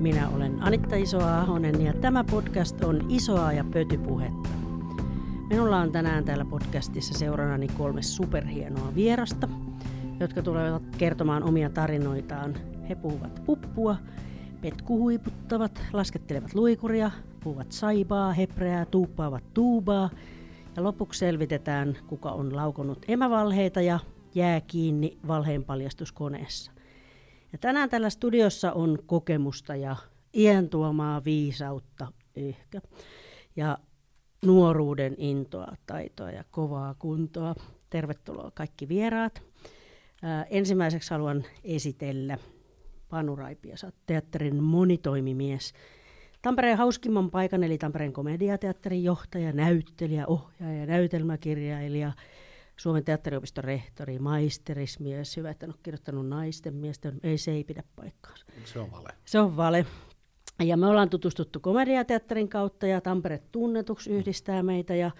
Minä olen Anitta Isoa-Ahonen ja tämä podcast on Isoa ja pötypuhetta. Minulla on tänään täällä podcastissa seuranani 3 superhienoa vierasta, jotka tulevat kertomaan omia tarinoitaan. He puhuvat puppua, petkuhuiputtavat, laskettelevat luikuria, puhuvat saibaa, hepreää, tuuppaavat tuubaa ja lopuksi selvitetään, kuka on laukonut emävalheita ja jää kiinni valheenpaljastuskoneessa. Ja tänään tällä studiossa on kokemusta ja iän tuomaa viisautta ehkä ja nuoruuden intoa, taitoa ja kovaa kuntoa. Tervetuloa kaikki vieraat. Ensimmäiseksi haluan esitellä Panu Raipia. Sä oot teatterin monitoimimies. Tampereen hauskimman paikan eli Tampereen komediateatterin johtaja, näyttelijä, ohjaaja, näytelmäkirjailija, Suomen teatteriopiston rehtori, maisterismies. Hyvä, että en ole kirjoittanut naisten miestä. Se ei pidä paikkaansa. Se on vale. Se on vale. Ja me ollaan tutustuttu komediateatterin kautta ja Tampere tunnetuksi yhdistää meitä. Ja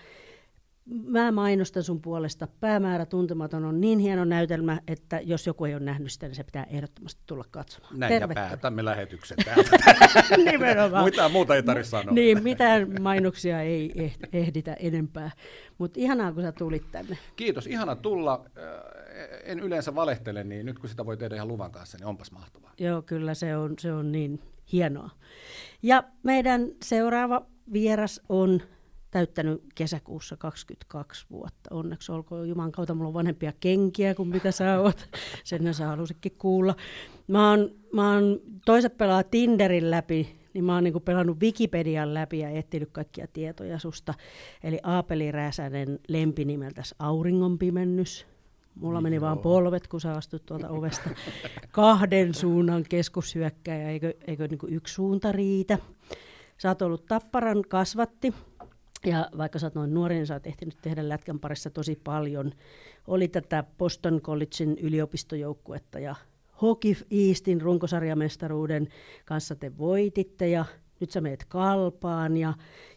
mä mainostan sun puolesta. Päämäärä tuntematon on niin hieno näytelmä, että jos joku ei ole nähnyt sitä, niin se pitää ehdottomasti tulla katsomaan. Näin ja päätämme lähetyksen täältä. Nimenomaan. Muuta ei tarvitse sanoa. Niin, mitään mainoksia ei ehditä enempää. Mutta ihanaa, kun sä tulit tänne. Kiitos, ihana tulla. En yleensä valehtele, niin nyt kun sitä voi tehdä ihan luvan kanssa, niin onpas mahtavaa. Joo, kyllä se on niin hienoa. Ja meidän seuraava vieras on täyttänyt kesäkuussa 22 vuotta. Onneksi olkoon Jumalan kautta, mulla on vanhempia kenkiä kuin mitä sä oot. Sen sä halusitkin kuulla. Mä oon toiset pelaa Tinderin läpi, niin mä oon niinku pelannut Wikipedian läpi ja etsinyt kaikkia tietoja susta. Eli Aapeli Räsänen lempinimeltäs Auringonpimennys. Mulla meni vaan polvet, kun sä astut tuolta ovesta. 2 suunnan keskushyökkäjä, eikö niinku yksi suunta riitä. Sä oot ollut Tapparan kasvatti. Ja vaikka sä oot noin nuori, niin sä oot ehtinyt tehdä lätkän parissa tosi paljon. Oli tätä Boston Collegein yliopistojoukkuetta ja Hockey Eastin runkosarjamestaruuden kanssa te voititte ja nyt sä meet Kalpaan ja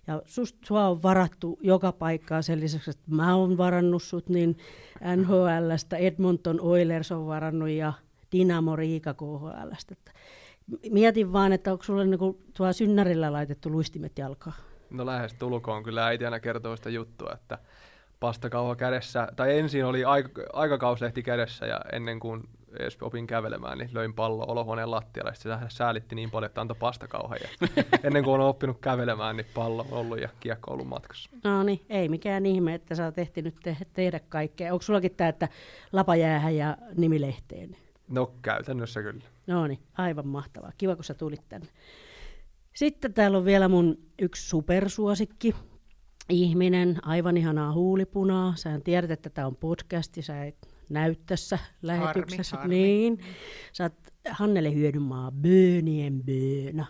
sua on varattu joka paikkaan sen lisäksi, että mä oon varannut sut, niin NHL:stä Edmonton Oilers on varannut ja Dynamo Riga KHL:stä. Mietin vaan, että onko sulle niinku tuolla synnärillä laitettu luistimet jalkaan? No lähes tulkoon. Kyllä äiti aina kertoo sitä juttua, että pastakauha kädessä, tai ensin oli aikakauslehti kädessä ja ennen kuin edes opin kävelemään, niin löin pallon olohuoneen lattialle. Sitten se säälitti niin paljon, että antoi pastakauhan. Ja ennen kuin olen oppinut kävelemään, niin pallo on ollut ja kiekko on ollut matkassa. No niin, ei mikään ihme, että sä oot ehtinyt tehdä kaikkea. Onko sullakin tämä, että lapajäähän ja nimilehteen? No käytännössä kyllä. No niin, aivan mahtavaa. Kiva, kun sä tulit tänne. Sitten täällä on vielä mun yksi supersuosikki ihminen, aivan ihanaa huulipunaa. Sä tiedät, että tämä on podcast ja sä et näy tässä lähetyksessä. Harmi. Niin. Sä oot Hannele Hyödynmaa Böönien Böönä.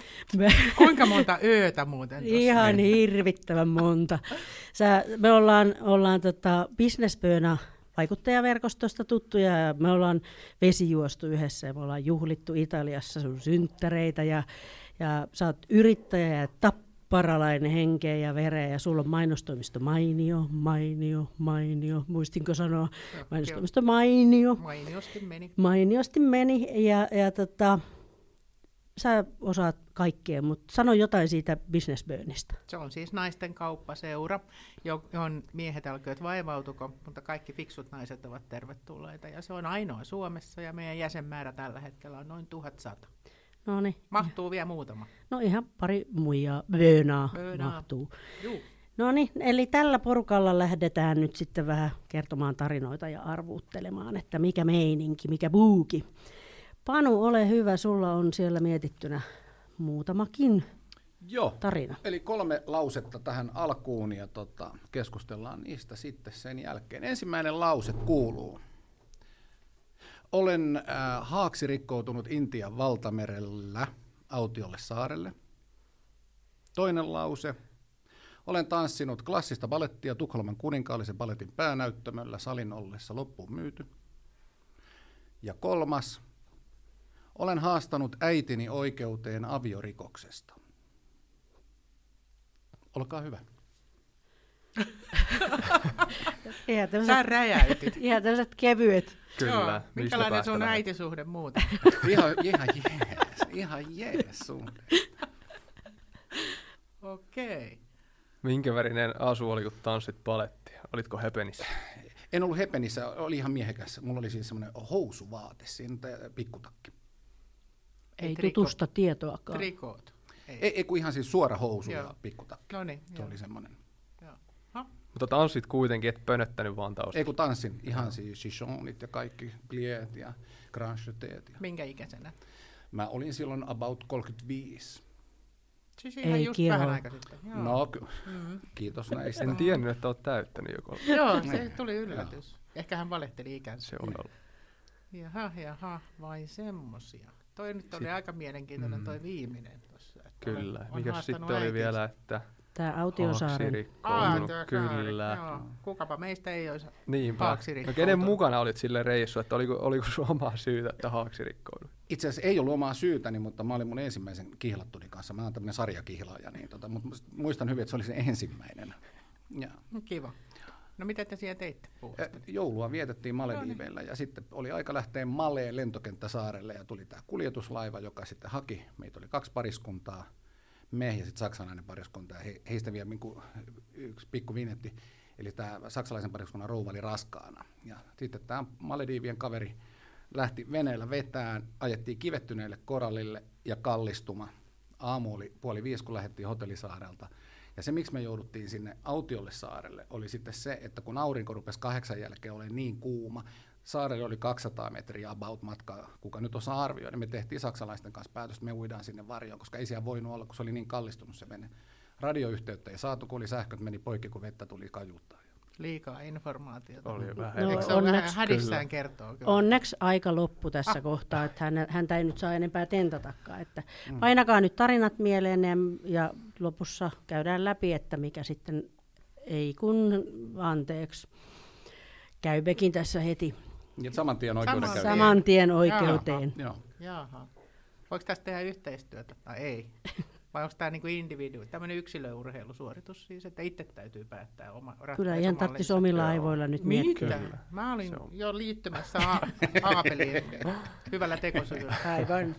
Kuinka monta öötä muuten tuossa? Ihan hirvittävän monta. Me ollaan Business-Böönä vaikuttajaverkostosta tuttuja ja me ollaan vesijuostu yhdessä ja me ollaan juhlittu Italiassa sun synttäreitä ja sä oot yrittäjä ja tapparalainen henkeä ja vereä ja sulla on mainostoimisto mainio. Muistinko sanoa? Mainostoimisto mainio. Mainiosti meni ja sä osaat kaikkea, mutta sano jotain siitä Business-Böönistä. Se on siis naisten kauppaseura, johon miehet älkööt vaivautuko, mutta kaikki fiksut naiset ovat tervetulleita. Ja se on ainoa Suomessa ja meidän jäsenmäärä tällä hetkellä on noin 1100. Noniin. Mahtuu vielä muutama. No ihan pari muijaa, Böönaa mahtuu. No niin, eli tällä porukalla lähdetään nyt sitten vähän kertomaan tarinoita ja arvuuttelemaan, että mikä meininki, mikä buuki. Panu, ole hyvä, sulla on siellä mietittynä muutamakin tarina. Eli 3 lausetta tähän alkuun ja keskustellaan niistä sitten sen jälkeen. Ensimmäinen lause kuuluu. Olen haaksi rikkoutunut Intian valtamerellä autiolle saarelle. Toinen lause. Olen tanssinut klassista balettia Tukholman kuninkaallisen baletin päänäyttämöllä salin ollessa loppuun myyty. Ja 3. Olen haastanut äitini oikeuteen aviorikoksesta. Olkaa hyvä. Sä räjäytit. Ihan tällaiset kevyet. Kyllä. Joo, minkälainen sun äitisuhde muuten? Ihan jees suhde. Okei. Minkä värinen asu oli, kun tanssit palettia? Olitko hepenissä? En ollut hepenissä, oli ihan miehekäs. Mulla oli siis semmoinen housuvaate siinä, pikkutakki. Ei tutusta tietoakaan. Trikoot. Ei kun ihan siis suora housu ja pikkutakki. No niin. Se oli semmoinen. Mutta tanssit kuitenkin, et pönöttänyt vaan taustalla. Ei kun tanssin ihan siis chichonit ja kaikki pliet ja grancheteet. Minkä ikäisenä? Mä olin silloin about 35. Siis ihan Ei just kiroa. vähän aikaa sitten. Joo. No, kiitos näistä. En tiennyt, että olet täyttänyt joko. Joo, se tuli yllätys. Ehkä hän valehteli ikänsä. Se on ollut. Jaha, vai semmosia. Toi nyt oli aika mielenkiintoinen toi viimeinen tossa. Kyllä. Mikäs sitten oli vielä, että Tämä Autiosaaren. haaksirikkoontunut? Kyllä. Joo. Kukapa meistä ei olisi Niinpä. No haaksirikkoutunut. kenen mukana olit sille reissu, että oliko sun omaa syytä, että haaksirikkoudut? Itse asiassa ei ollut omaa syytäni, mutta mä olin mun ensimmäisen kihlattuni kanssa. Mä oon tämmöinen sarjakihlaaja, niin mutta muistan hyvin, että se oli se ensimmäinen. Ja. Kiva. No mitä te siellä teitte puolesta? Joulua vietettiin Malediiveillä ja sitten oli aika lähteä Maleen lentokenttäsaarelle ja tuli tämä kuljetuslaiva, joka sitten haki. Meitä oli 2 pariskuntaa, me ja sitten saksalainen pariskunta ja heistä vielä yksi pikku vinetti. Eli tämä saksalaisen pariskunnan rouva oli raskaana. Ja sitten tämä Malediivien kaveri lähti veneellä vetään, ajettiin kivettyneelle korallille ja kallistuma. Aamu oli 4:30, kun lähdettiin Hotellisaarelta. Ja se, miksi me jouduttiin sinne autiolle saarelle, oli sitten se, että kun aurinko rupesi 8 jälkeen olemaan niin kuuma, saarelle oli 200 metriä about matkaa, kuka nyt osaa arvioida, niin me tehtiin saksalaisten kanssa päätöstä, me uidaan sinne varjoon, koska ei siellä voinut olla, kun se oli niin kallistunut se vene. Radioyhteyttä ei saatu, kun oli sähköt, meni poikki, kun vettä tuli kajuuttaan. Liikaa informaatiota. Oli vähän. Eikö se ole vähän hädissään kertoo? Kyllä. Onneksi aika loppu tässä kohtaa, että häntä ei nyt saa enempää tentatakaan. Että painakaa nyt tarinat mieleen ja lopussa käydään läpi, että mikä sitten ei kun anteeksi. Käybekin tässä heti. Ja saman tien oikeudenkäynti. Saman tien oikeuteen. Joo. Jaha. Voiko tästä tehdä yhteistyötä? Tai ei? Vai onko tämä niinku tämmöinen yksilöurheilusuoritus siis, että itse täytyy päättää oma ratkaisumallinsa? Kyllä ihan tarvitsisi omilla aivoilla nyt miettiä. Mitä? Mä olin jo liittymässä Aapeliin hyvällä tekosyydellä. Aivan.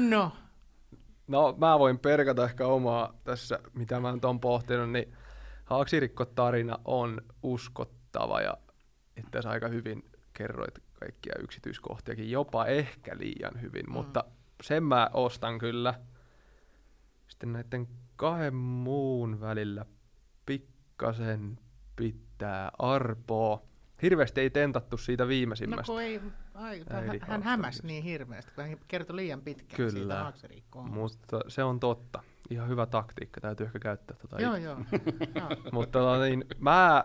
No, mä voin perkata ehkä omaa tässä, mitä mä nyt oon pohtinut, niin haaksirikkotarina on uskottava ja itse asiassa aika hyvin kerroit kaikkia yksityiskohtiakin, jopa ehkä liian hyvin, mutta sen mä ostan kyllä. Sitten näiden 2 muun välillä pikkasen pitää arpoa. Hirveästi ei tentattu siitä viimeisimmästä. No kun hän hämäsi niin hirveästi, kun hän kertoi liian pitkään siitä haaksirikkoon. Mutta se on totta. Ihan hyvä taktiikka, täytyy ehkä käyttää tota itse. Joo. Mutta niin, mä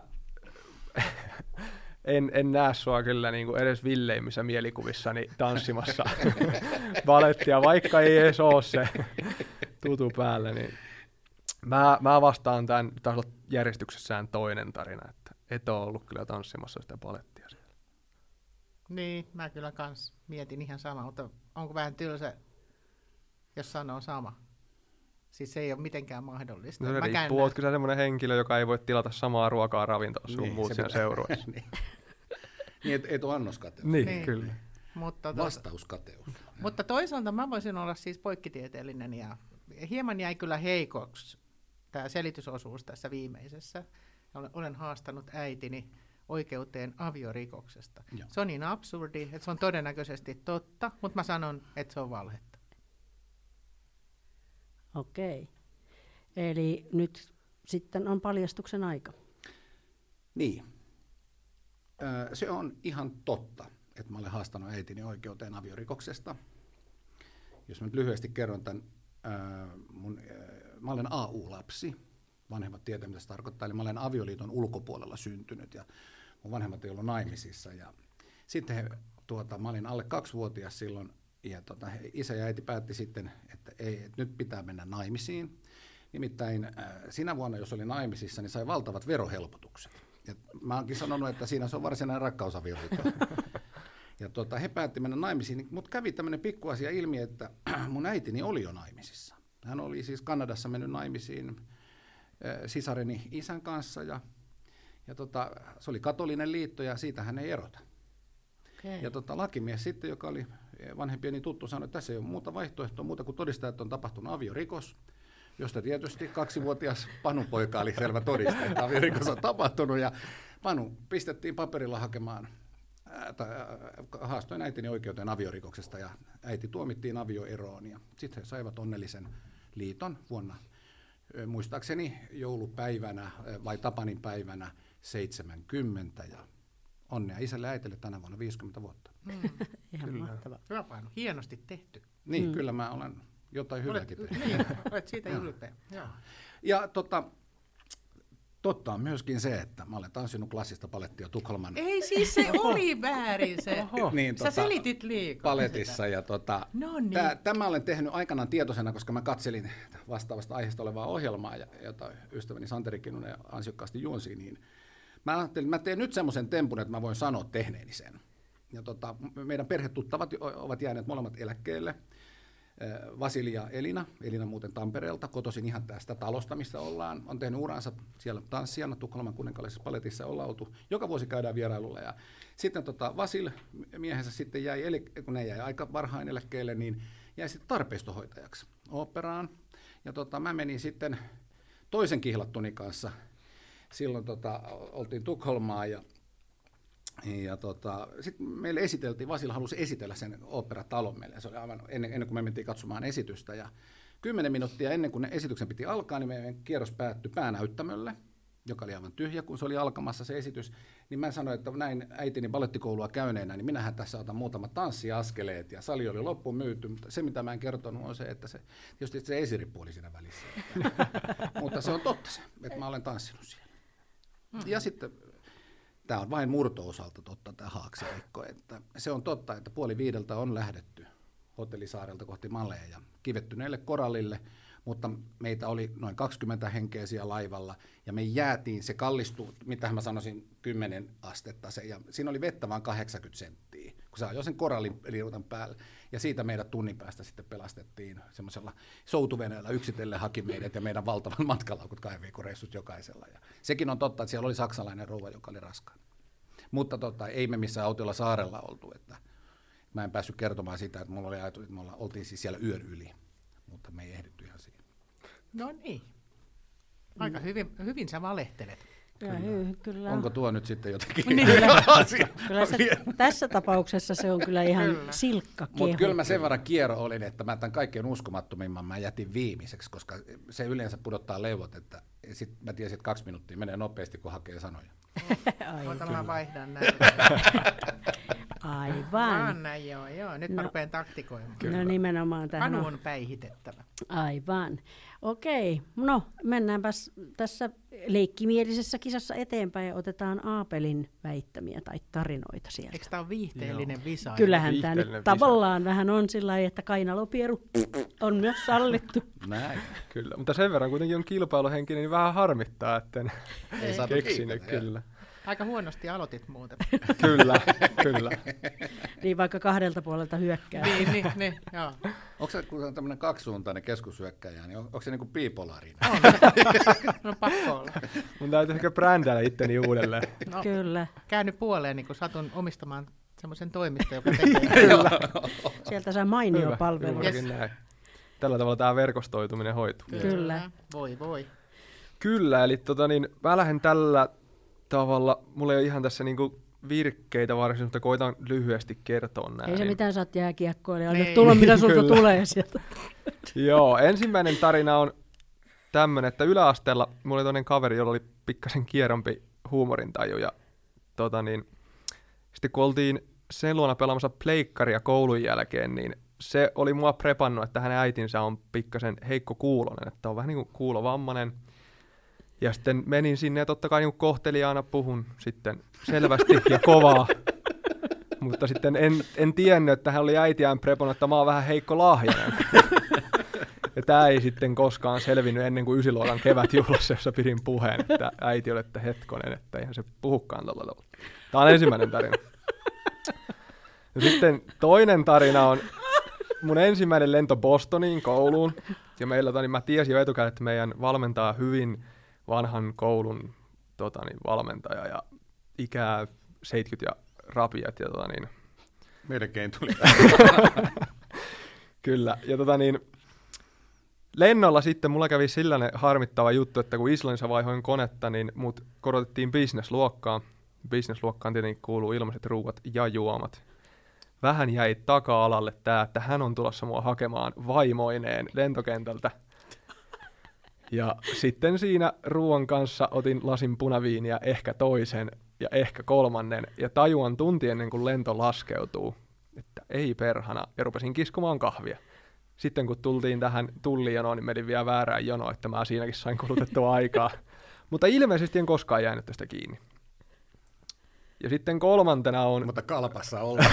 en näe sua kyllä niin kuin edes villeimmissä mielikuvissani tanssimassa balettia, vaikka ei edes ole se tutu päällä. Niin mä vastaan tämän, taas järjestyksessään toinen tarina, että et ole ollut kyllä tanssimassa sitä balettia siellä. Niin, mä kyllä kans mietin ihan sama, mutta onko vähän tylsä, jos sanoo sama? Siis se ei ole mitenkään mahdollista. No se riippuu, ootko sä semmoinen henkilö, joka ei voi tilata samaa ruokaa ravintolassa sun muut siinä seurueessa. Niin, et ole annoskateus. Niin, kyllä. Mutta vastauskateus. Mutta toisaalta mä voisin olla siis poikkitieteellinen ja hieman jäi kyllä heikoksi tämä selitysosuus tässä viimeisessä. Olen haastanut äitini oikeuteen aviorikoksesta. Joo. Se on niin absurdi, että se on todennäköisesti totta, mutta mä sanon, että se on valhetta. Okei. Eli nyt sitten on paljastuksen aika. Niin. Se on ihan totta, että mä olen haastanut äitini oikeuteen aviorikoksesta. Jos mä nyt lyhyesti kerron tämän, mä olen AU-lapsi. Vanhemmat tietävät, mitä se tarkoittaa. Eli mä olen avioliiton ulkopuolella syntynyt ja mun vanhemmat ei ollut naimisissa. Ja sitten mä olin alle 2-vuotias silloin ja isä ja äiti päätti sitten, että nyt pitää mennä naimisiin. Nimittäin sinä vuonna, jos oli naimisissa, niin sai valtavat verohelpotukset. Ja mä oonkin sanonut, että siinä se on varsinainen rakkausavioliitto. Ja he päätti mennä naimisiin, mutta kävi tämmöinen pikkuasia ilmi, että mun äitini oli jo naimisissa. Hän oli siis Kanadassa mennyt naimisiin sisareni isän kanssa ja se oli katolinen liitto ja siitä hän ei erota. Okay. Ja lakimies sitten, joka oli vanhempieni tuttu sanoi, että tässä ei ole muuta vaihtoehtoa, muuta kuin todistaa, että on tapahtunut aviorikos, josta tietysti 2-vuotias Panun poika oli selvä todiste, että aviorikos on tapahtunut, ja Panu pistettiin paperilla hakemaan, haastoin äitini oikeuteen aviorikoksesta, ja äiti tuomittiin avioeroon, ja sitten he saivat onnellisen liiton vuonna, muistaakseni joulupäivänä vai Tapanin päivänä 70, ja onnea isälle ja äitille tänä vuonna 50 vuotta. Ihan mahtavaa. Hyvä Panu, hienosti tehty. Niin, kyllä mä olen jotain hyvääkin tehnyt. Niin, olet siitä ylpeä. Ja totta on myöskin se, että mä olen tanssinut klassista palettia Tukholman. Ei siis se oli väärin se. Niin, sä selitit liikaa. Paletissa. Ja no niin. Tämä olen tehnyt aikanaan tietoisena, koska mä katselin vastaavasta aiheesta olevaa ohjelmaa, jota ystäväni Santeri Kinnunen ansiokkaasti juonsi, niin mä ajattelin, että mä teen nyt semmoisen tempun, että mä voin sanoa tehneeni sen. Ja meidän perhetuttavat ovat jääneet molemmat eläkkeelle. Vasili ja Elina muuten Tampereelta, kotoisin ihan tästä talosta, missä ollaan, on tehnyt uransa siellä tanssijana, Tukholman kuninkaallisessa paletissa ollaan oltu, joka vuosi käydään vierailulla, ja sitten Vasil miehensä sitten kun ne jäi aika varhain eläkkeelle, niin jäi sitten tarpeistohoitajaksi oopperaan, ja mä menin sitten toisen kihlattuni kanssa, silloin oltiin Tukholmaa, ja sitten meille esiteltiin, Vasil halusi esitellä sen oopperatalon meille, se oli aivan ennen kuin me mentiin katsomaan esitystä, ja 10 minuuttia ennen kuin esityksen piti alkaa, niin meidän kierros päättyi päänäyttämölle, joka oli aivan tyhjä, kun se oli alkamassa se esitys, niin mä sanoin, että näin äitini balettikoulua käyneenä, niin minähän tässä otan muutamat tanssiaskeleet, ja sali oli loppuun myyty, mutta se mitä mä en kertonut on se, että tietysti se esirippu oli siinä välissä, mutta se on totta se, että mä olen tanssinut siellä. Ja sitten tämä on vain murto-osalta totta, tämä haaksirikko. Että se on totta, että 4:30 on lähdetty Hotellisaarelta kohti Malea ja kivettyneelle korallille, mutta meitä oli noin 20 henkeä siellä laivalla, ja me jäätiin, se kallistui, mitä mä sanoisin, 10 astetta, ja siinä oli vettä vain 80 senttiä, kun se ajoi sen korallin riutan päälle, ja siitä meidät tunnin päästä sitten pelastettiin semmoisella soutuveneellä, yksitellen haki meidät ja meidän valtavan matkalaukut 2 viikon reissut jokaisella, ja sekin on totta, että siellä oli saksalainen rouva, joka oli raskaana. Mutta ei me missään Autiolla saarella oltu, että mä en päässyt kertomaan sitä, että mulla oli ajatus, että me oltiin siis siellä yön yli, mutta me ei ehditty ihan siihen. No niin. Aika hyvin sä valehtelet. Kyllä. Onko tuo nyt sitten jotenkin asia? Kyllä tässä tapauksessa se on kyllä ihan silkka kehu. Mutta kyllä mä sen verran kiero olin, että mä tämän kaikkein uskomattomimman mä jätin viimeiseksi, koska se yleensä pudottaa leivot, että sit mä tiesin, että 2 minuuttia menee nopeasti, kun hakee sanoja. Ota mä vaihdan näin. Aivan. Joo. Nyt mä rupean taktikoimaan. No nimenomaan tähän Panu on päihitettävä. Aivan. Okei. No mennäänpäs tässä leikkimielisessä kisassa eteenpäin ja otetaan Aapelin väittämiä tai tarinoita sieltä. Eikö tämä ole viihteellinen visa? Kyllähän tämä nyt tavallaan vähän on sillä lailla, että kainalopieru on myös sallittu. Näin. Kyllä, mutta sen verran kuitenkin on kilpailuhenkinen, niin vähän harmittaa, että en keksinyt kyllä. Aika huonosti aloitit muuten. Kyllä. Niin vaikka 2 puolelta hyökkää. niin, joo. Onko se, kun on tämmöinen kaksisuuntainen keskushyökkäjä, niin onko se niin kuin bipolaarinen? No pakko olla. Mun täytyy ehkä brändäillä itteni uudelleen. No, kyllä. Käänny puoleen, niin kun satun omistamaan semmoisen toimiston, joka tekee. Kyllä. Sieltä saa mainio palvelu. Yes. Tällä tavalla tämä verkostoituminen hoituu. Kyllä. Voi. Kyllä, eli mä lähden tällä tavalla, mulla ei ole ihan tässä niinku virkkeitä varsinaisesti, mutta koitan lyhyesti kertoa näin. Ei se mitään, sä oot jääkiekkoilija, anna tulla mitä sulta tulee sieltä. Joo, ensimmäinen tarina on tämmönen, että yläasteella mulla oli toinen kaveri, jolla oli pikkasen kierrompi huumorintaju, ja sitten kun oltiin sen luona pelaamassa pleikkaria koulun jälkeen, niin se oli mua prepannut, että hänen äitinsä on pikkasen heikkokuuloinen, että on vähän niin kuin kuulovammainen. Ja sitten menin sinne ja totta kai niin kohteliaana puhun sitten selvästi ja kovaa. Mutta sitten en tiennyt, että hän oli äitiään prepannut, että mä oon vähän heikkolahjainen. Ja tää ei sitten koskaan selvinnyt ennen kuin 9-luokan kevätjuhlassa, jossa pidin puheen, että äiti oli, että hetkonen, että eihän se puhukaan tällä tavalla. Tää on ensimmäinen tarina. Ja sitten toinen tarina on mun ensimmäinen lento Bostoniin kouluun. Ja meillä, mä tiesin jo etukäteen, että meidän valmentaa hyvin vanhan koulun valmentaja ja ikää 70 ja rapiat. Ja Melkein tuli. Kyllä, ja lennolla sitten mulla kävi sellainen harmittava juttu, että kun Islannissa vaihoin konetta, niin mut korotettiin business-luokkaan. Business-luokkaan tietenkin kuuluu ilmaiset ruuat ja juomat. Vähän jäi taka-alalle tää, että hän on tulossa mua hakemaan vaimoineen lentokentältä. Ja sitten siinä ruoan kanssa otin lasin punaviiniä, ehkä toisen ja ehkä kolmannen, ja tajuan tunti ennen kuin lento laskeutuu, että ei perhana, ja rupesin kiskomaan kahvia. Sitten kun tultiin tähän tullijonoon, niin menin vielä väärään jonoon, että mä siinäkin sain kulutettua aikaa. Mutta ilmeisesti en koskaan jäänyt tästä kiinni. Ja sitten kolmantena on... Mutta kalpassa ollaan.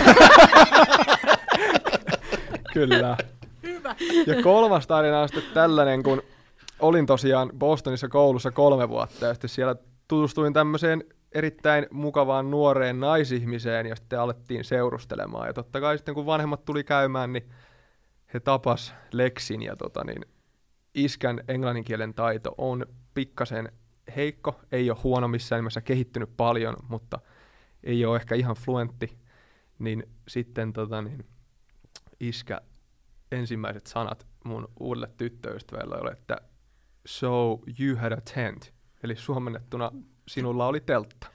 Kyllä. Hyvä. Ja kolmas tarina on sitten tällainen, kun olin tosiaan Bostonissa koulussa 3 vuotta, ja sitten siellä tutustuin tämmöiseen erittäin mukavaan nuoreen naisihmiseen, ja sitten alettiin seurustelemaan. Ja totta kai sitten kun vanhemmat tuli käymään, niin he tapas Lexin, ja iskän englanninkielen taito on pikkasen heikko, ei ole huono missään nimessä, kehittynyt paljon, mutta ei ole ehkä ihan fluentti, niin sitten iskä ensimmäiset sanat mun uudelle tyttöystävälle oli, että so you had a tent, eli suomennettuna sinulla oli teltta.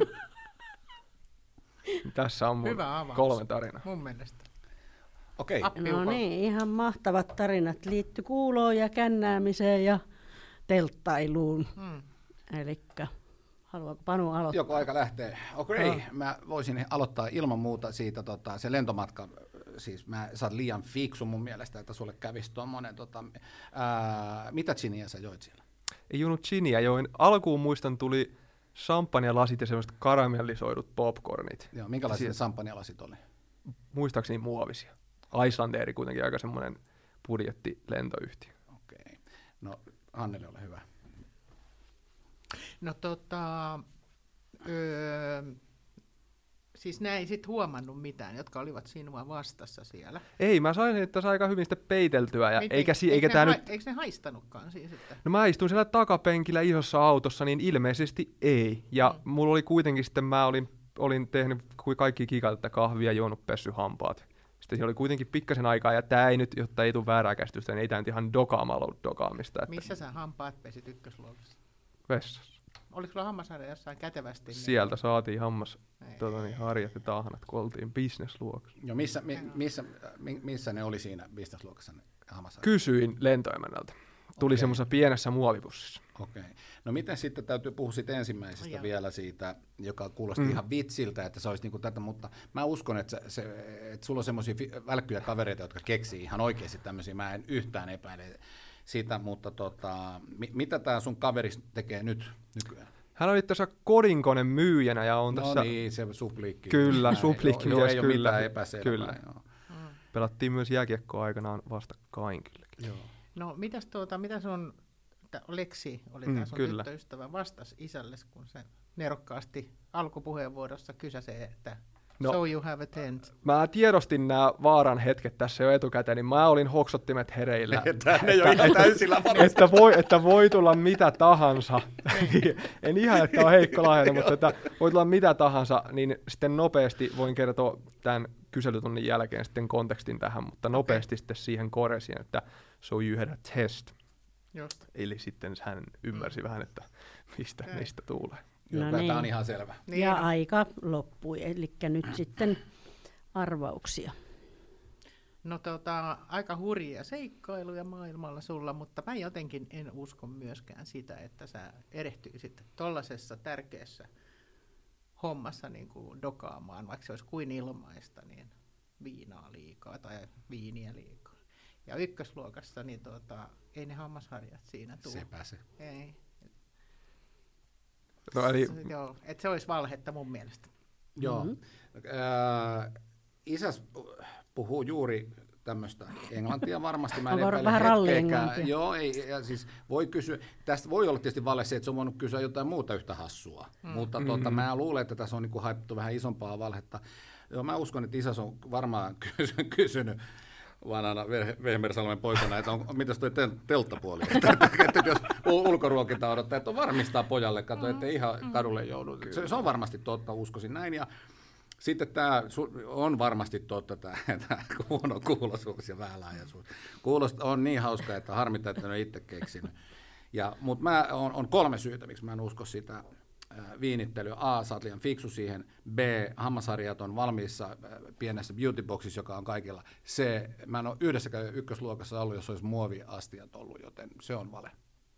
Tässä on mun 3 tarinaa. Mun mielestä. Okei. No niin, ihan mahtavat tarinat liittyy kuuloon ja kännäämiseen ja telttailuun. Elikkä, haluaako Panu aloittaa? Joko aika lähtee? Okei, mä voisin aloittaa ilman muuta siitä se lentomatka. Siis sä oot liian fiksu mun mielestä, että sulle kävisi tuommoinen. Mitä giniä sä joit siellä? Ei juonut giniä, join. Alkuun muistan tuli champagne-lasit ja sellaiset karamellisoidut popcornit. Joo, minkälaisia champagne-lasit oli? Muistaakseni muovisia. Icelandair kuitenkin aika semmoinen budjettilentoyhtiö. Okei. No, Hanneli, ole hyvä. No siis nää ei sit huomannut mitään, jotka olivat sinua vastassa siellä. Ei, mä sain että sai aika hyvin sitä peiteltyä. Ja Eikö ne haistanutkaan siis sitten? No mä istuin siellä takapenkillä isossa autossa, niin ilmeisesti ei. Ja mulla oli kuitenkin sitten, mä olin tehnyt kaikki kikalta kahvia, juonut pessy hampaat. Sitten oli kuitenkin pikkasen aikaa, ja tää ei nyt, jotta ei tule väärää käsitystä, niin ei tää nyt ihan dokaamista. Missä sä hampaat pesit ykkösluokassa? Vessassa. Oliko sulla hammasharja jossain kätevästi? Sieltä saatiin harjat ja tahnat, kun oltiin business-luokassa. Jo, missä ne oli siinä business-luokassa ne hammasharjat? Kysyin lentoemännältä. Tuli semmoisessa pienessä muovipussissa. Okei. No miten sitten täytyy puhua siitä ensimmäisestä vielä siitä, joka kuulosti ihan vitsiltä, että se olisi niinku tätä, mutta mä uskon, että sulla on semmoisia välkkyjä kavereita, jotka keksii ihan oikeasti tämmöisiä, mä en yhtään epäile sitä, mutta mitä tää sun kaveri tekee nyt nykyään? Hän oli tässä kodinkoneen myyjänä ja on tässä... No niin, se supliikki. Kyllä, supliikki mies, ei ole mitään epäselvää. Kyllä. Pelattiin myös jääkiekkoa aikanaan vastakkain kylläkin. Joo. No mitä sun Leksi oli tää sun tyttöystävä vastasi isällesi, kun se nerokkaasti alkupuheenvuorossa kysäsi, että so you have a tent. Mä tiedostin nämä vaaran hetket tässä jo etukäteen, niin mä olin hoksottimet hereillä. että voi tulla mitä tahansa. En ihan, että on heikko lahja, mutta että voi tulla mitä tahansa, niin sitten nopeasti voin kertoa tämän kyselytunnin jälkeen sitten kontekstin tähän, mutta nopeasti sitten siihen korjasiin, että so you had a test. Just. Eli sitten hän ymmärsi vähän, että mistä tulee. No niin. Tämä on ihan selvä. Ja aika loppui, eli nyt sitten arvauksia. No aika hurjia seikkailuja maailmalla sulla, mutta mä jotenkin en usko myöskään sitä, että sä erehtyisit tollasessa tärkeässä hommassa niin kuin dokaamaan, vaikka se olisi kuin ilmaista, niin viinaa liikaa tai viiniä liikaa. Ja ykkösluokassa niin ei ne hammasharjat siinä tule. Sepä se. Ei. No, eli... Joo, että se olisi valhetta mun mielestä. Joo. Isäs puhuu juuri tämmöistä englantia varmasti. Mä en vähän ralli-englantia. Joo, ja siis voi kysyä, tästä voi olla tietysti valhe se, että se on voinut kysyä jotain muuta yhtä hassua, mutta mä luulen, että tässä on niinku haettu vähän isompaa valhetta. Joo, mä uskon, että isäs on varmaan kysynyt vanhana Vehmersalmen poikana, että mitäs toi telttapuoli, että jos ulkoruokinta odottaa, että on varmistaa pojalle, ettei ihan kadulle joudu. Se on varmasti totta, uskoisin näin. Ja Sitten tämä on varmasti totta, tämä huono kuuloisuus ja vähälaajaisuus. Kuulosta on niin hauska, että harmittaa, että en ole itse keksinyt. Mutta on 3 syytä, miksi mä en usko sitä viinittelyä. A, sä oot liian fiksu siihen. B, hammasharjat on valmiissa pienessä beautyboxissa, joka on kaikilla. C, mä en ole yhdessäkään ykkösluokassa ollut, jos olisi muoviastiat ollut, joten se on vale.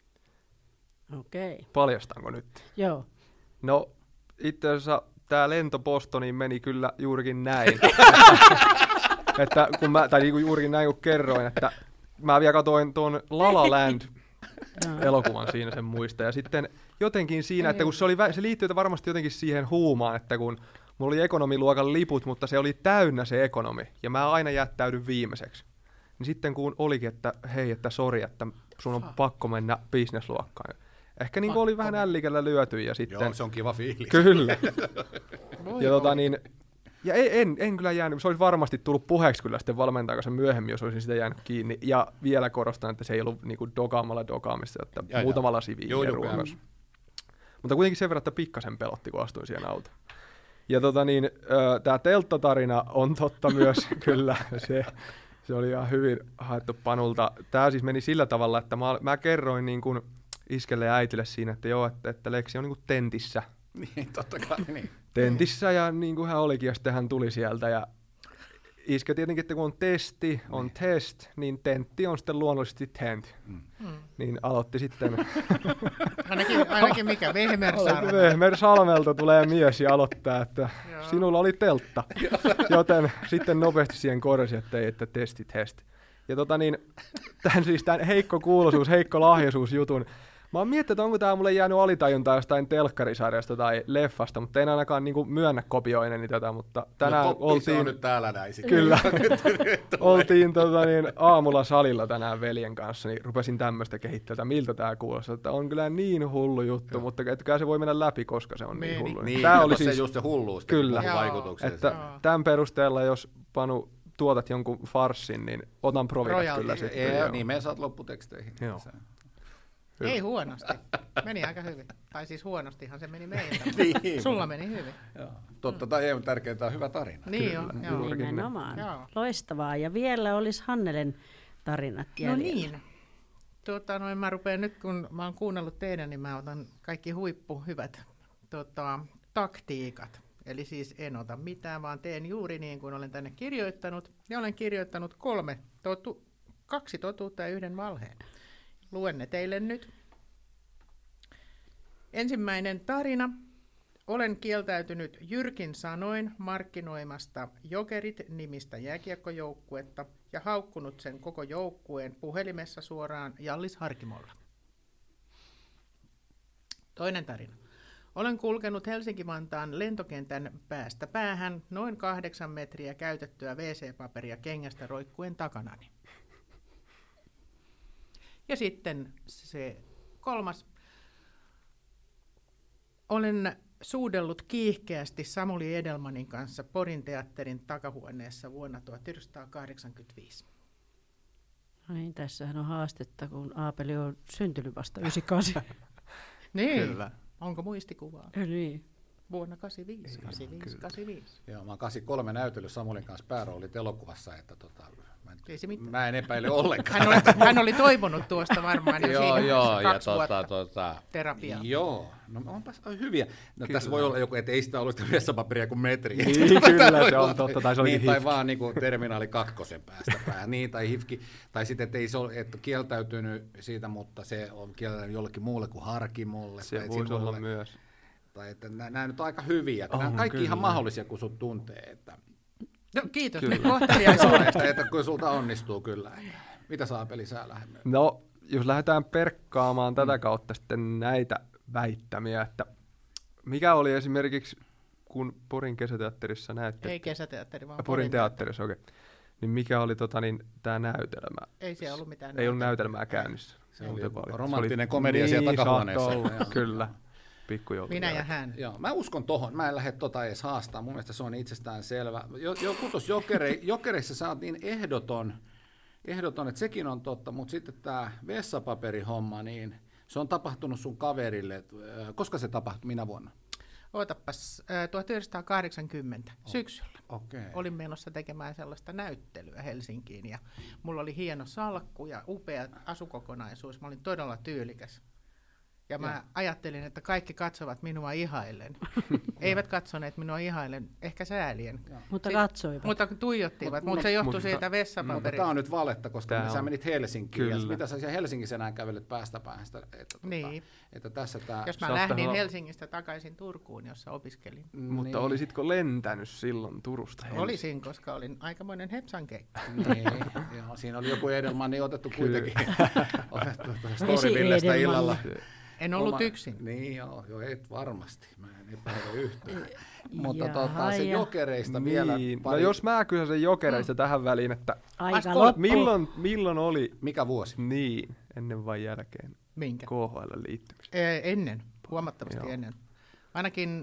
Okei. Paljastanko nyt? Joo. No, itse asiassa tämä lento Bostoniin meni kyllä juurikin näin. Että kun juurikin näin kun kerroin, että mä vielä katsoin tuon La La Land elokuvan siinä sen muista. Ja sitten jotenkin siinä, että kun se liittyy varmasti jotenkin siihen huumaan, että kun mulla oli ekonomiluokan liput, mutta se oli täynnä se ekonomi, ja mä aina jättäydyn viimeiseksi. Niin sitten kun olikin, että hei, että sori, että sun on pakko mennä businessluokkaan. Ehkä niin oli vähän ällikällä lyöty ja sitten... Joo, se on kiva fiilis. Kyllä. Ja en kyllä jäänyt, se olisi varmasti tullut puheeksi kyllä sitten valmentajan kanssa myöhemmin, jos olisin sitä jäänyt kiinni. Ja vielä korostan, että se ei ollut niinku dokaamista, että muutamalla siviiliä ruokassa. Mutta kuitenkin sen verran, että pikkasen pelotti, kun astuin siihen autoon. Ja tämä telttatarina on totta myös, kyllä, se oli ihan hyvin haettu Panulta. Tämä siis meni sillä tavalla, että mä kerroin niin kuin iskelle ja äitille siinä, että joo, että Leksi on niin kuin tentissä. Niin, totta kai, niin. Tentissä, ja niin kuin hän olikin, ja sitten hän tuli sieltä, ja iske tietenkin, että kun on testi, on test, niin tentti on sitten luonnollisesti tent. Niin aloitti sitten... ainakin mikä, Vehmersalmelta tulee mies ja aloittaa, että sinulla oli teltta. Joten sitten nopeasti siihen korjasi, että testi. Ja tämän heikko kuuloisuus, heikko lahjaisuus jutun. Mä oon miettinyt, että onko tää mulle jäänyt alitajuntaan jostain telkkarisarjasta tai leffasta, mutta en ainakaan niinku myönnä kopioineni tätä, mutta tänään oltiin... on nyt täällä näin. Kyllä. Oltiin aamulla salilla tänään veljen kanssa, niin rupesin tämmöistä kehittämään, miltä tää kuulostaa. Että on kyllä niin hullu juttu, mutta etkä se voi mennä läpi, koska se on niin hullu. Niin, tää oli siis just se hulluus. Kyllä, vaikutuksen. että tämän perusteella, jos Panu tuotat jonkun farssin, niin otan provikat kyllä sitten. Niin, me saat lopputeksteihin. Joo. Ei huonosti. Meni aika hyvin. Tai siis huonostihan se meni meiltä. Niin. Sulla meni hyvin. Joo. Totta tai ei, mutta tärkeintä on hyvä tarina. Niin joo. Nimenomaan. Joo. Loistavaa. Ja vielä olisi Hannelen tarinat jäljellä. No niin. Mä rupean nyt, kun mä oon kuunnellut teidän, niin mä otan kaikki huippuhyvät taktiikat. Eli siis en ota mitään, vaan teen juuri niin kuin olen tänne kirjoittanut. Ja olen kirjoittanut 2 totuutta ja 1 valheen. Luen ne teille nyt. Ensimmäinen tarina. Olen kieltäytynyt jyrkin sanoin markkinoimasta Jokerit-nimistä jääkiekkojoukkuetta ja haukkunut sen koko joukkueen puhelimessa suoraan Jallis Harkimolla. Toinen tarina. Olen kulkenut Helsinki-Vantaan lentokentän päästä päähän noin 8 metriä käytettyä WC-paperia kengästä roikkuen takanani. Ja sitten se 3. Olen suudellut kiihkeästi Samuli Edelmanin kanssa Porin teatterin takahuoneessa vuonna 1985. No niin, tässähän on haastetta, kun Aapeli on syntynyt vasta 98. Niin, kyllä. Onko muistikuvaa? Niin. Vuonna 85. Joo, mä oon 83 näytellyt Samulin kanssa pääroolit elokuvassa, että mä en epäile ollenkaan. Hän oli toivonut tuosta varmaan jo siihen 2 vuotta terapiaa. Joo, no onpas hyviä. No, tässä voi olla joku, että ei sitä ollut sitä vessapaperia kuin metri. Niin, kyllä, se on totta. Tai se oli tai vaan niin kuin terminaali 2 päästä päähän. Niin, tai hifki. Tai sitten, että ei se ole että kieltäytynyt siitä, mutta se on kieltäytynyt jollekin muulle kuin Harkimolle. Se voisi olla myös. Tai että nämä nyt on aika hyviä. Nämä on kaikki ihan mahdollisia, kun sut tuntee. Että... No, kiitos nyt kohteliaisuudesta. että kun sulta onnistuu kyllä. Mitä Saapeli sä lähdemme? No, jos lähdetään perkkaamaan tätä kautta sitten näitä väittämiä, että mikä oli esimerkiksi, kun Porin kesäteatterissa näytte... Ei kesäteatteri, vaan Porin teatterissa, okei. Niin mikä oli tämä näytelmä? Ei siellä ollut mitään Ei ollut näytelmää käynnissä. Se oli romanttinen komedia siellä takahuoneessa. Kyllä. Minä ja hän. Joo, mä uskon tohon. Mä en lähde edes haastaa. Mun mielestä se on itsestään selvä. Joku tuossa Jokereissa sä oot niin ehdoton, että sekin on totta, mutta sitten tämä vessapaperihomma, niin se on tapahtunut sun kaverille. Koska se tapahtui? Minä vuonna? Ootapas, 1980 syksyllä. Okay. Olin menossa tekemään sellaista näyttelyä Helsinkiin ja mulla oli hieno salkku ja upea asukokonaisuus. Mä olin todella tyylikäs. Ja mä ajattelin, että kaikki katsovat minua ihaillen. Eivät katsoneet minua ihaillen, ehkä säälien. Mutta katsoivat. Mutta tuijottivat, mutta se johtui siitä vessapaperista. Tämä on nyt valetta, koska sä menit Helsinkiin. Kyllä. Ja mitä sä siellä Helsingissä enää kävelet päästä päästä? Niin. Että tässä tää... Jos mä lähdin Helsingistä takaisin Turkuun, jossa opiskelin. Mutta olisitko lentänyt silloin Turusta Helsinkiin? Olisin, koska olin aikamoinen hepsankeikka. Niin, joo, siinä oli joku Edelmanni otettu kuitenkin. Otettu Storyvillestä illalla. En ollut yksin. Niin joo, et varmasti. Mä en epäile yhtään. Mutta se Jokereista vielä No jos mä kysyn sen Jokereista tähän väliin, että milloin oli... Mikä vuosi? Niin, ennen vai jälkeen? Minkä? KHL liittymistä. Ennen, huomattavasti ennen. Ainakin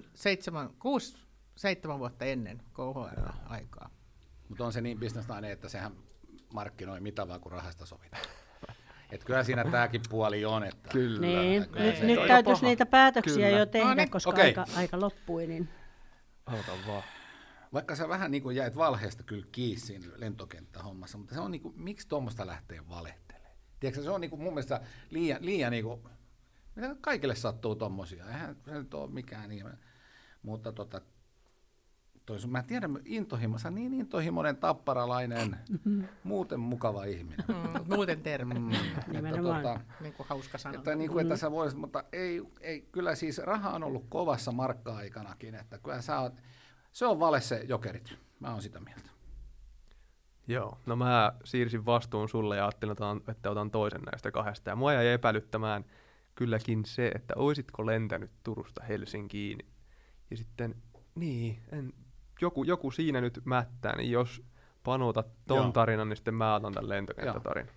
6-7 vuotta ennen KHL-aikaa. Mutta on se niin bisnesnainen, että sehän markkinoi mitä vaan, kun rahasta sovitaan. Että kyllä siinä tämäkin puoli on. Että kyllä. Niin, nyt täytyisi niitä päätöksiä jo tehdä, koska aika loppui. Niin. Aloitan vaan. Vaikka sä vähän niin kuin jäit valheesta kyllä kiinni siinä lentokenttähommassa, mutta se on niin kuin, miksi tuommoista lähtee valehtelemaan? Tiedätkö, se on niin kuin mun mielestä liian niin kuin, mitä kaikille sattuu tommosia, eihän se nyt ole mikään niin. Mutta mä tiedän, intohimossa niin intohimoinen tapparalainen, muuten mukava ihminen. Muuten terve. Nimenomaan. Niin kuin hauska sanoa. Että, niin kuin, että sä voisit, mutta ei, kyllä siis raha on ollut kovassa markka-aikanakin, että kyllä se on vale se Jokerit, mä oon sitä mieltä. Joo, no mä siirsin vastuun sulle ja ajattelin, että otan toisen näistä kahdesta. Ja mua jäi epäilyttämään kylläkin se, että oisitko lentänyt Turusta Helsinkiin. Ja sitten, joku siinä nyt mättää, niin jos panotat ton tarinan, niin sitten mä otan tämän lentokenttätarinan.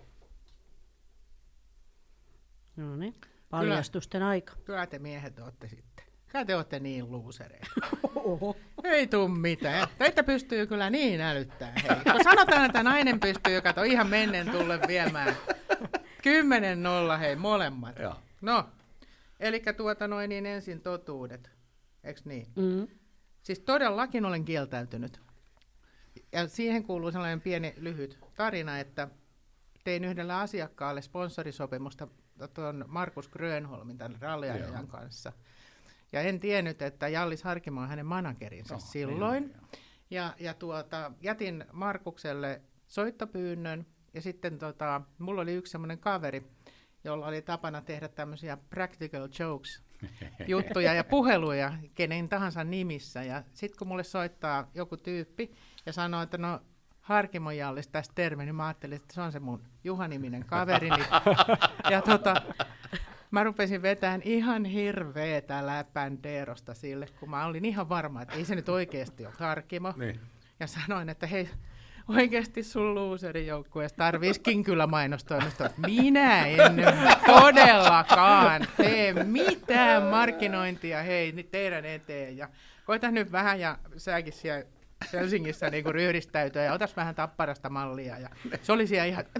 No niin, paljastusten aika. Kyllä te miehet ootte sitten. Kyllä te ootte niin luusereita. Ei tuu mitään. Teitä pystyy kyllä niin älyttää. Hei. Kun sanotaan, että nainen pystyy, kato ihan mennen tulle viemään 10-0, hei, molemmat. Joo. No, eli niin ensin totuudet. Eiks niin? Siis todellakin olen kieltäytynyt. Ja siihen kuuluu sellainen pieni lyhyt tarina, että tein yhdelle asiakkaalle sponsorisopimusta tuon Markus Grönholmin, tämän ralliajajan kanssa. Ja en tiennyt, että Jallis Harkimo on hänen managerinsa silloin. Ja jätin Markukselle soittopyynnön. Ja sitten mulla oli yksi semmoinen kaveri, jolla oli tapana tehdä tämmöisiä practical jokes juttuja ja puheluja kenen tahansa nimissä. Ja sitten kun mulle soittaa joku tyyppi ja sanoo, että no Harkimo Jallis tästä terve, niin mä ajattelin, että se on se mun Juha-niminen kaverini. Ja mä rupesin vetämään ihan hirveetä läpändeerosta sille, kun mä olin ihan varma, että ei se nyt oikeasti ole Harkimo. Niin. Ja sanoin, että hei, oikeasti sun luuserijoukkueessa tarvisikin kyllä mainostoimistoa. Minä en todellakaan tee mitään markkinointia teidän eteen. Ja koita nyt vähän, ja säkin siellä Helsingissä niin ryhdistäytyä, ja otas vähän Tapparasta mallia. Ja se oli siellä ihan...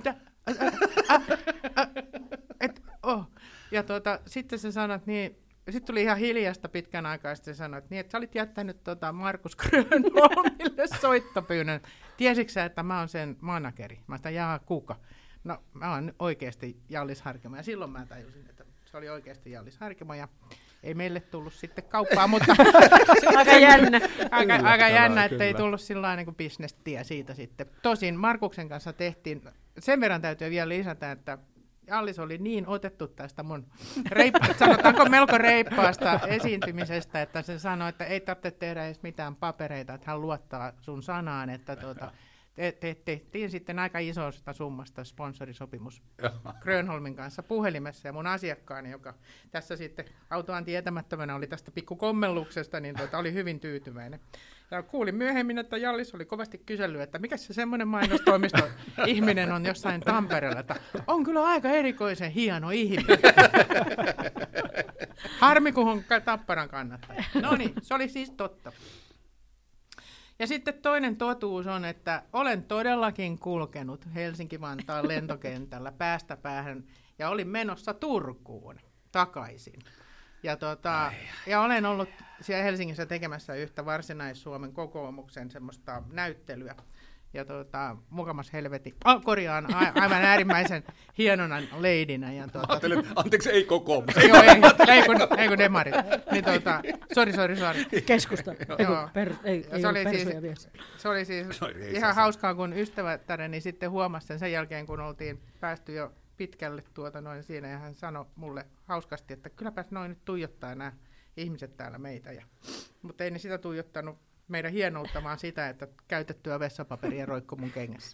Ja sitten se sanoi, että niin... Sitten tuli ihan hiljasta pitkän aikaa, sitten sanoi, että, niin, että sä olit jättänyt Markus Grönholmille soittopyynnön. Tiesitkö sä, että mä oon sen manageri? Mä sanoin, kuka? No, mä oon oikeasti Jallis Harkimo. Ja silloin mä tajusin, että se oli oikeasti Jallis Harkimo. Ja ei meille tullut sitten kauppaa, mutta aika jännä. Aika jännä, että ei tullut sillä niin kuin bisnestie siitä sitten. Tosin Markuksen kanssa tehtiin, sen verran täytyy vielä lisätä, että Jallis oli niin otettu tästä mun sanotaanko melko reippaasta esiintymisestä, että se sanoi, että ei tarvitse tehdä edes mitään papereita, että hän luottaa sun sanaan, että tehtiin sitten aika isosta summasta sponsorisopimus Grönholmin kanssa puhelimessa, ja mun asiakkaani, joka tässä sitten autoan tietämättömänä oli tästä pikkukommelluksesta, niin oli hyvin tyytyväinen. Ja kuulin myöhemmin, että Jallis oli kovasti kysellyt, että mikä se semmoinen mainostoimisto ihminen on jossain Tampereella, että on kyllä aika erikoisen hieno ihminen. Harmi, kun on Tapparan kannattaja. No niin, se oli siis totta. Ja sitten toinen totuus on, että olen todellakin kulkenut Helsinki-Vantaan lentokentällä päästä päähän ja olin menossa Turkuun takaisin. Ja olen ollut siellä Helsingissä tekemässä yhtä Varsinais-Suomen kokoomuksen semmoista näyttelyä. Ja mukamas helvetin, aivan äärimmäisen hienona leidinä. Ja anteeksi, ei kokoomus. Joo, ei kun demarit. Niin sori. Keskusta. Se oli siis ihan hauskaa, kun ystävättäreni sitten huomasi sen jälkeen, kun oltiin päästy jo pitkälle siinä, ja hän sanoi mulle hauskasti, että kylläpäs noin nyt tuijottaa nämä ihmiset täällä meitä. Mutta ei ne sitä tuijottanut meidän hienoutta, vaan sitä, että käytettyä vessapaperia roikku mun kengässä.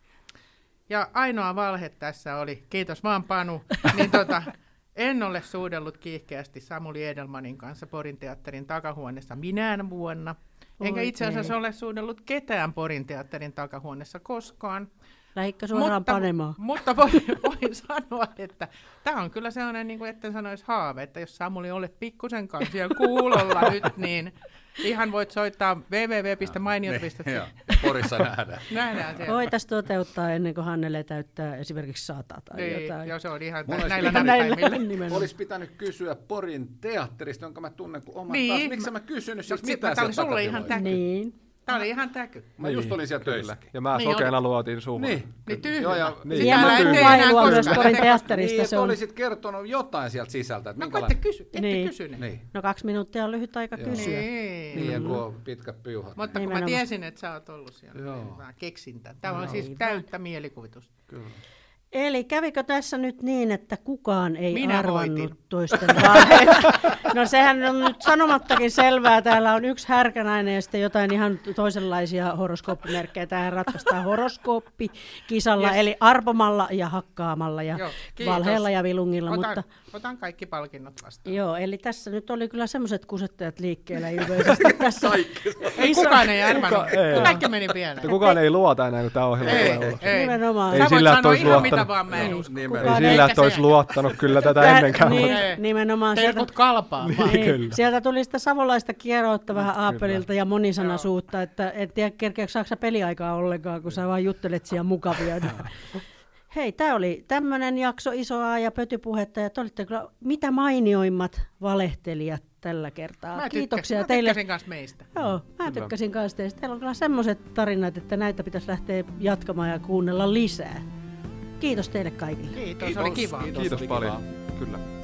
Ja ainoa valhe tässä oli, kiitos vaan Panu, niin en ole suudellut kiihkeästi Samuli Edelmanin kanssa Porin teatterin takahuoneessa minään vuonna. Enkä itse asiassa ole suudellut ketään Porin teatterin takahuoneessa koskaan. Lähikö suoraan panemaan? Mutta voin sanoa, että tämä on kyllä sellainen, niin kuin etten sanoisi haave, että jos Samuli olet pikkusen kanssa kuulolla nyt, niin ihan voit soittaa www.mainiot.fi. Porissa nähdään. Voitaisiin toteuttaa ennen kuin Hannele täyttää esimerkiksi 100 tai niin, jotain. Joo, se on ihan näillä näppäimillä. Olisi pitänyt kysyä Porin teatterista, jonka mä tunnen kuin oman taas. Miksi mä kysynyt siis mitä sieltä takapiloilla? Niin. Tämä oli ihan täky. Mä just olin siellä töissä. Ja mä sokeena luotiin suuhun. Niin tyhjä. Hieman kuvailua myös Porin teatterista. Niin, olisit kertonut jotain sieltä sisältä. No ette kysyneet. Niin. No 2 minuuttia on lyhyt aika kysyä. Niin, ja kun on pitkät piuhat. Mutta kun mä tiesin, että sä oot ollut siellä, niin mä keksin tämän. Tämä on siis täyttä mielikuvitusta. Kyllä. Eli kävikö tässä nyt niin, että kukaan ei arvannut toisten valheita? No sehän on nyt sanomattakin selvää. Täällä on yksi härkänainen ja sitten jotain ihan toisenlaisia horoskooppimerkkejä. Tähän ratkaistaan horoskooppikisalla, eli arpomalla ja hakkaamalla ja valheella ja vilungilla. Otan kaikki palkinnot vastaan. Joo, eli tässä nyt oli kyllä semmoiset kusettajat liikkeellä ilmeisesti. Tässä kukaan ei arvannut. Kaikki meni pieleen. Kukaan ei luota enää, kun tämä ohjelma tulee. Ei. Nimenomaan. Ei sillä, että olisi luottanut. Ei sillä, että olisi luottanut kyllä tätä ennenkään. Nimenomaan. Terkut kalpaa. Sieltä tuli sitä savolaista kieroutta vähän Aapelilta ja monisanaisuutta, että en tiedä kerkeäkö saako sä peliaikaa ollenkaan, kun sä vaan juttelet siellä mukavia. Hei, tämä oli tämmöinen jakso Iso A ja Pötypuhetta, ja te olitte kyllä mitä mainioimmat valehtelijat tällä kertaa. Kiitoksia teille. Mä tykkäsin kanssa meistä. Joo, mä tykkäsin kanssa teistä. Teillä on kyllä semmoiset tarinat, että näitä pitäisi lähteä jatkamaan ja kuunnella lisää. Kiitos teille kaikille. Kiitos. Oli kiva. Kiitos paljon. Kyllä.